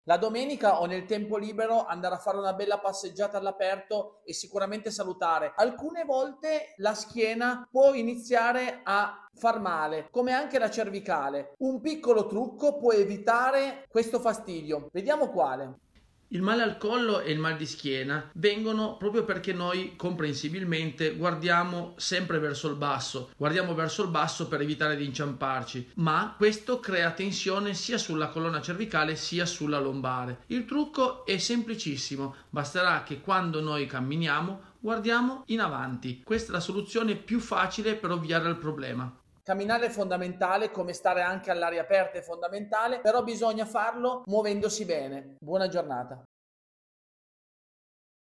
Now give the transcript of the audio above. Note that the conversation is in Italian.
La domenica o nel tempo libero andare a fare una bella passeggiata all'aperto è sicuramente salutare. Alcune volte la schiena può iniziare a far male, come anche la cervicale. Un piccolo trucco può evitare questo fastidio. Vediamo quale. Il male al collo e il mal di schiena vengono proprio perché noi comprensibilmente guardiamo verso il basso per evitare di inciamparci, ma questo crea tensione sia sulla colonna cervicale sia sulla lombare. Il trucco è semplicissimo, basterà che quando noi camminiamo guardiamo in avanti. Questa è la soluzione più facile per ovviare al problema. Camminare è fondamentale, come stare anche all'aria aperta è fondamentale, però bisogna farlo muovendosi bene. Buona giornata.